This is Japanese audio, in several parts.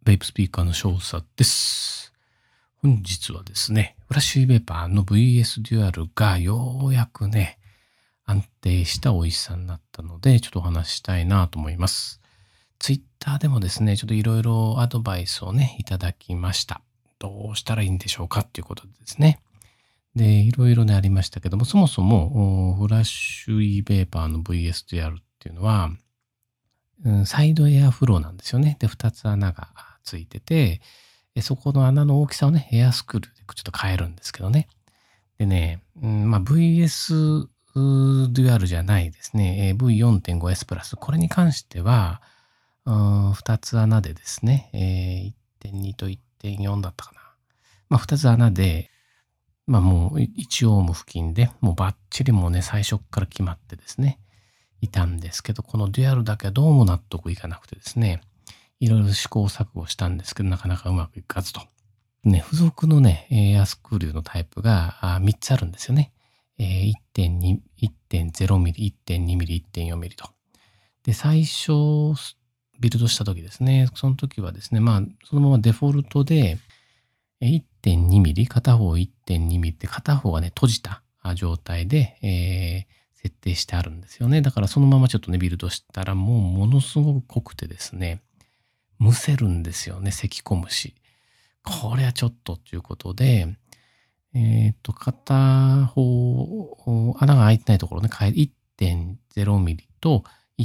ベイプスピーカーの少佐です。本日はですね、フラッシュ e ベーパーの VS デュアルがようやくね、安定した美味しさになったので、ちょっとお話ししたいなと思います。ツイッターでもですね、ちょっといろいろアドバイスをね、いただきました。どうしたらいいんでしょうかっていうことでですね。で、いろいろね、ありましたけども、そもそも、フラッシュ e ベーパーの VS デュアルっていうのは、サイドエアフローなんですよね。で、2つ穴がついてて、そこの穴の大きさをね、エアスクリューでちょっと変えるんですけどね。でね、VS デュアルじゃないですね、V4.5S プラス。これに関しては、2つ穴でですね、1.2 と1.4だったかな。2つ穴で、もう1オーム付近で、もうバッチリもうね、最初から決まってですね、いたんですけど、このデュアルだけはどうも納得いかなくてですね、いろいろ試行錯誤したんですけど、なかなかうまくいかずと。ね、付属のね、エアスクリューのタイプが3つあるんですよね。1.2、1.0ミリ、1.2ミリ、1.4ミリと。で、最初、ビルドした時ですね、その時はですね、そのままデフォルトで、1.2ミリ、片方1.2ミリで、片方がね、閉じた状態で、設定してあるんですよね。だからそのままちょっとね、ビルドしたら、もうものすごく濃くてですね、むせるんですよね、咳込むし。これはちょっとということで、片方、穴が開いてないところね、1.0ミリと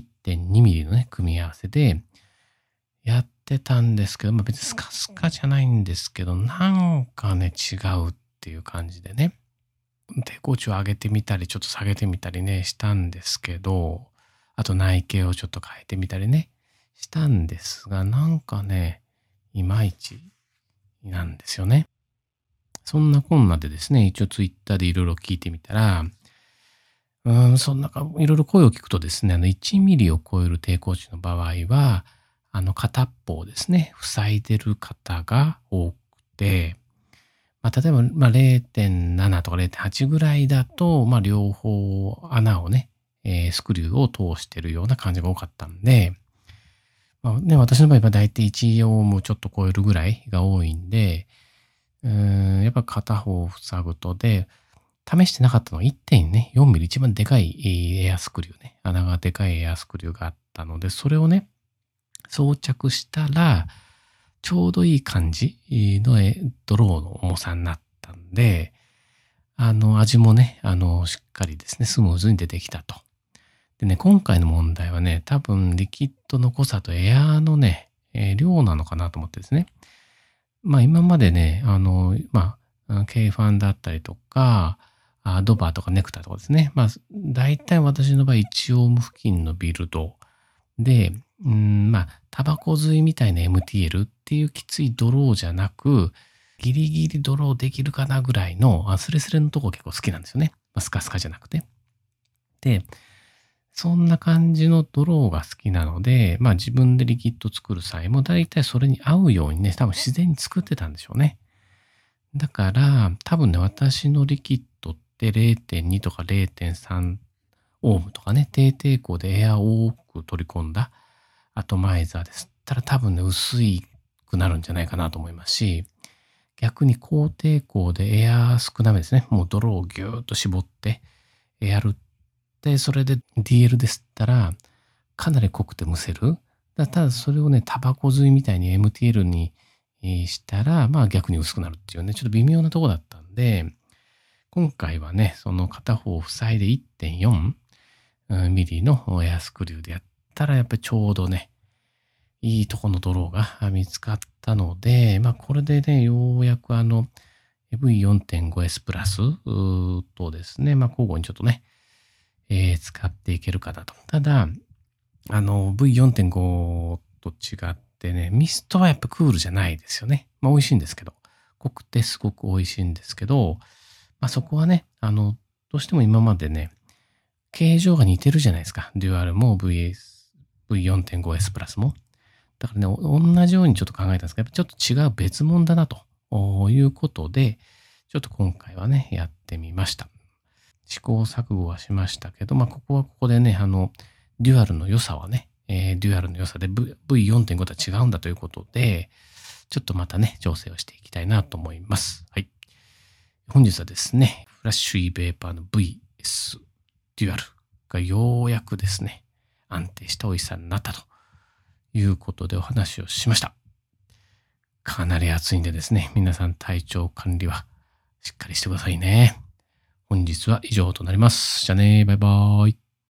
1.2ミリのね、組み合わせでやってたんですけど、別にスカスカじゃないんですけど、なんかね、違うっていう感じでね、抵抗値を上げてみたり、ちょっと下げてみたりね、したんですけど、あと内径をちょっと変えてみたりね、したんですが、なんかね、いまいちなんですよね。そんなこんなでですね、一応ツイッターでいろいろ聞いてみたら、そんないろいろ声を聞くとですね、1ミリを超える抵抗値の場合は、片っぽをですね、塞いでる方が多くて、例えば、0.7 とか0.8ぐらいだと、両方穴をね、スクリューを通してるような感じが多かったんで、私の場合はだいたい1オームちょっと超えるぐらいが多いんで、やっぱ片方を塞ぐとで、試してなかったのは1.4ミリ一番でかいエアスクリューね。穴がでかいエアスクリューがあったので、それをね、装着したら、ちょうどいい感じのドローの重さになったんで、味もね、しっかりですね、スムーズに出てきたと。でね、今回の問題はね、多分リキッドの濃さとエアのね、量なのかなと思ってですね。今までね、K ファンだったりとか、ドバーとかネクターとかですね。大体私の場合1オーム付近のビルドで、タバコ吸いみたいな MTL っていうきついドローじゃなく、ギリギリドローできるかなぐらいの、スレスレのとこ結構好きなんですよね。スカスカじゃなくて。で、そんな感じのドローが好きなので、自分でリキッド作る際も大体それに合うようにね、多分自然に作ってたんでしょうね。だから、多分ね、私のリキッドって0.2とか0.3オームとかね、低抵抗でエアを多く取り込んだアトマイザーですったら多分ね、薄いくなるんじゃないかなと思いますし、逆に高抵抗でエア少なめですね。もう泥をギューッと絞ってやるって、それで DL ですったら、かなり濃くてむせる。ただそれをね、タバコ吸いみたいに MTL にしたら、逆に薄くなるっていうね、ちょっと微妙なとこだったんで、今回はね、その片方を塞いで 1.4 ミリのエアスクリューでやったら、やっぱりちょうどね、いいとこのドローが見つかったので、これでね、ようやくV4.5S プラスとですね、交互にちょっとね、使っていけるかなと。ただ、V4.5 と違ってね、ミストはやっぱクールじゃないですよね。美味しいんですけど。濃くてすごく美味しいんですけど、そこはね、どうしても今までね、形状が似てるじゃないですか。デュアルも V4.5S プラスも。だからね、同じようにちょっと考えたんですけど、ちょっと違う別物だなということで、ちょっと今回はね、やってみました。試行錯誤はしましたけど、ここはここでね、デュアルの良さはね、 デュアルの良さで V4.5 とは違うんだということで、ちょっとまたね、調整をしていきたいなと思います。はい。本日はですね、フラッシュ E ベーパーの VS デュアルがようやくですね、安定した美味しさになったということでお話をしました。かなり暑いんでですね、皆さん体調管理はしっかりしてくださいね。本日は以上となります。じゃあね、バイバーイ。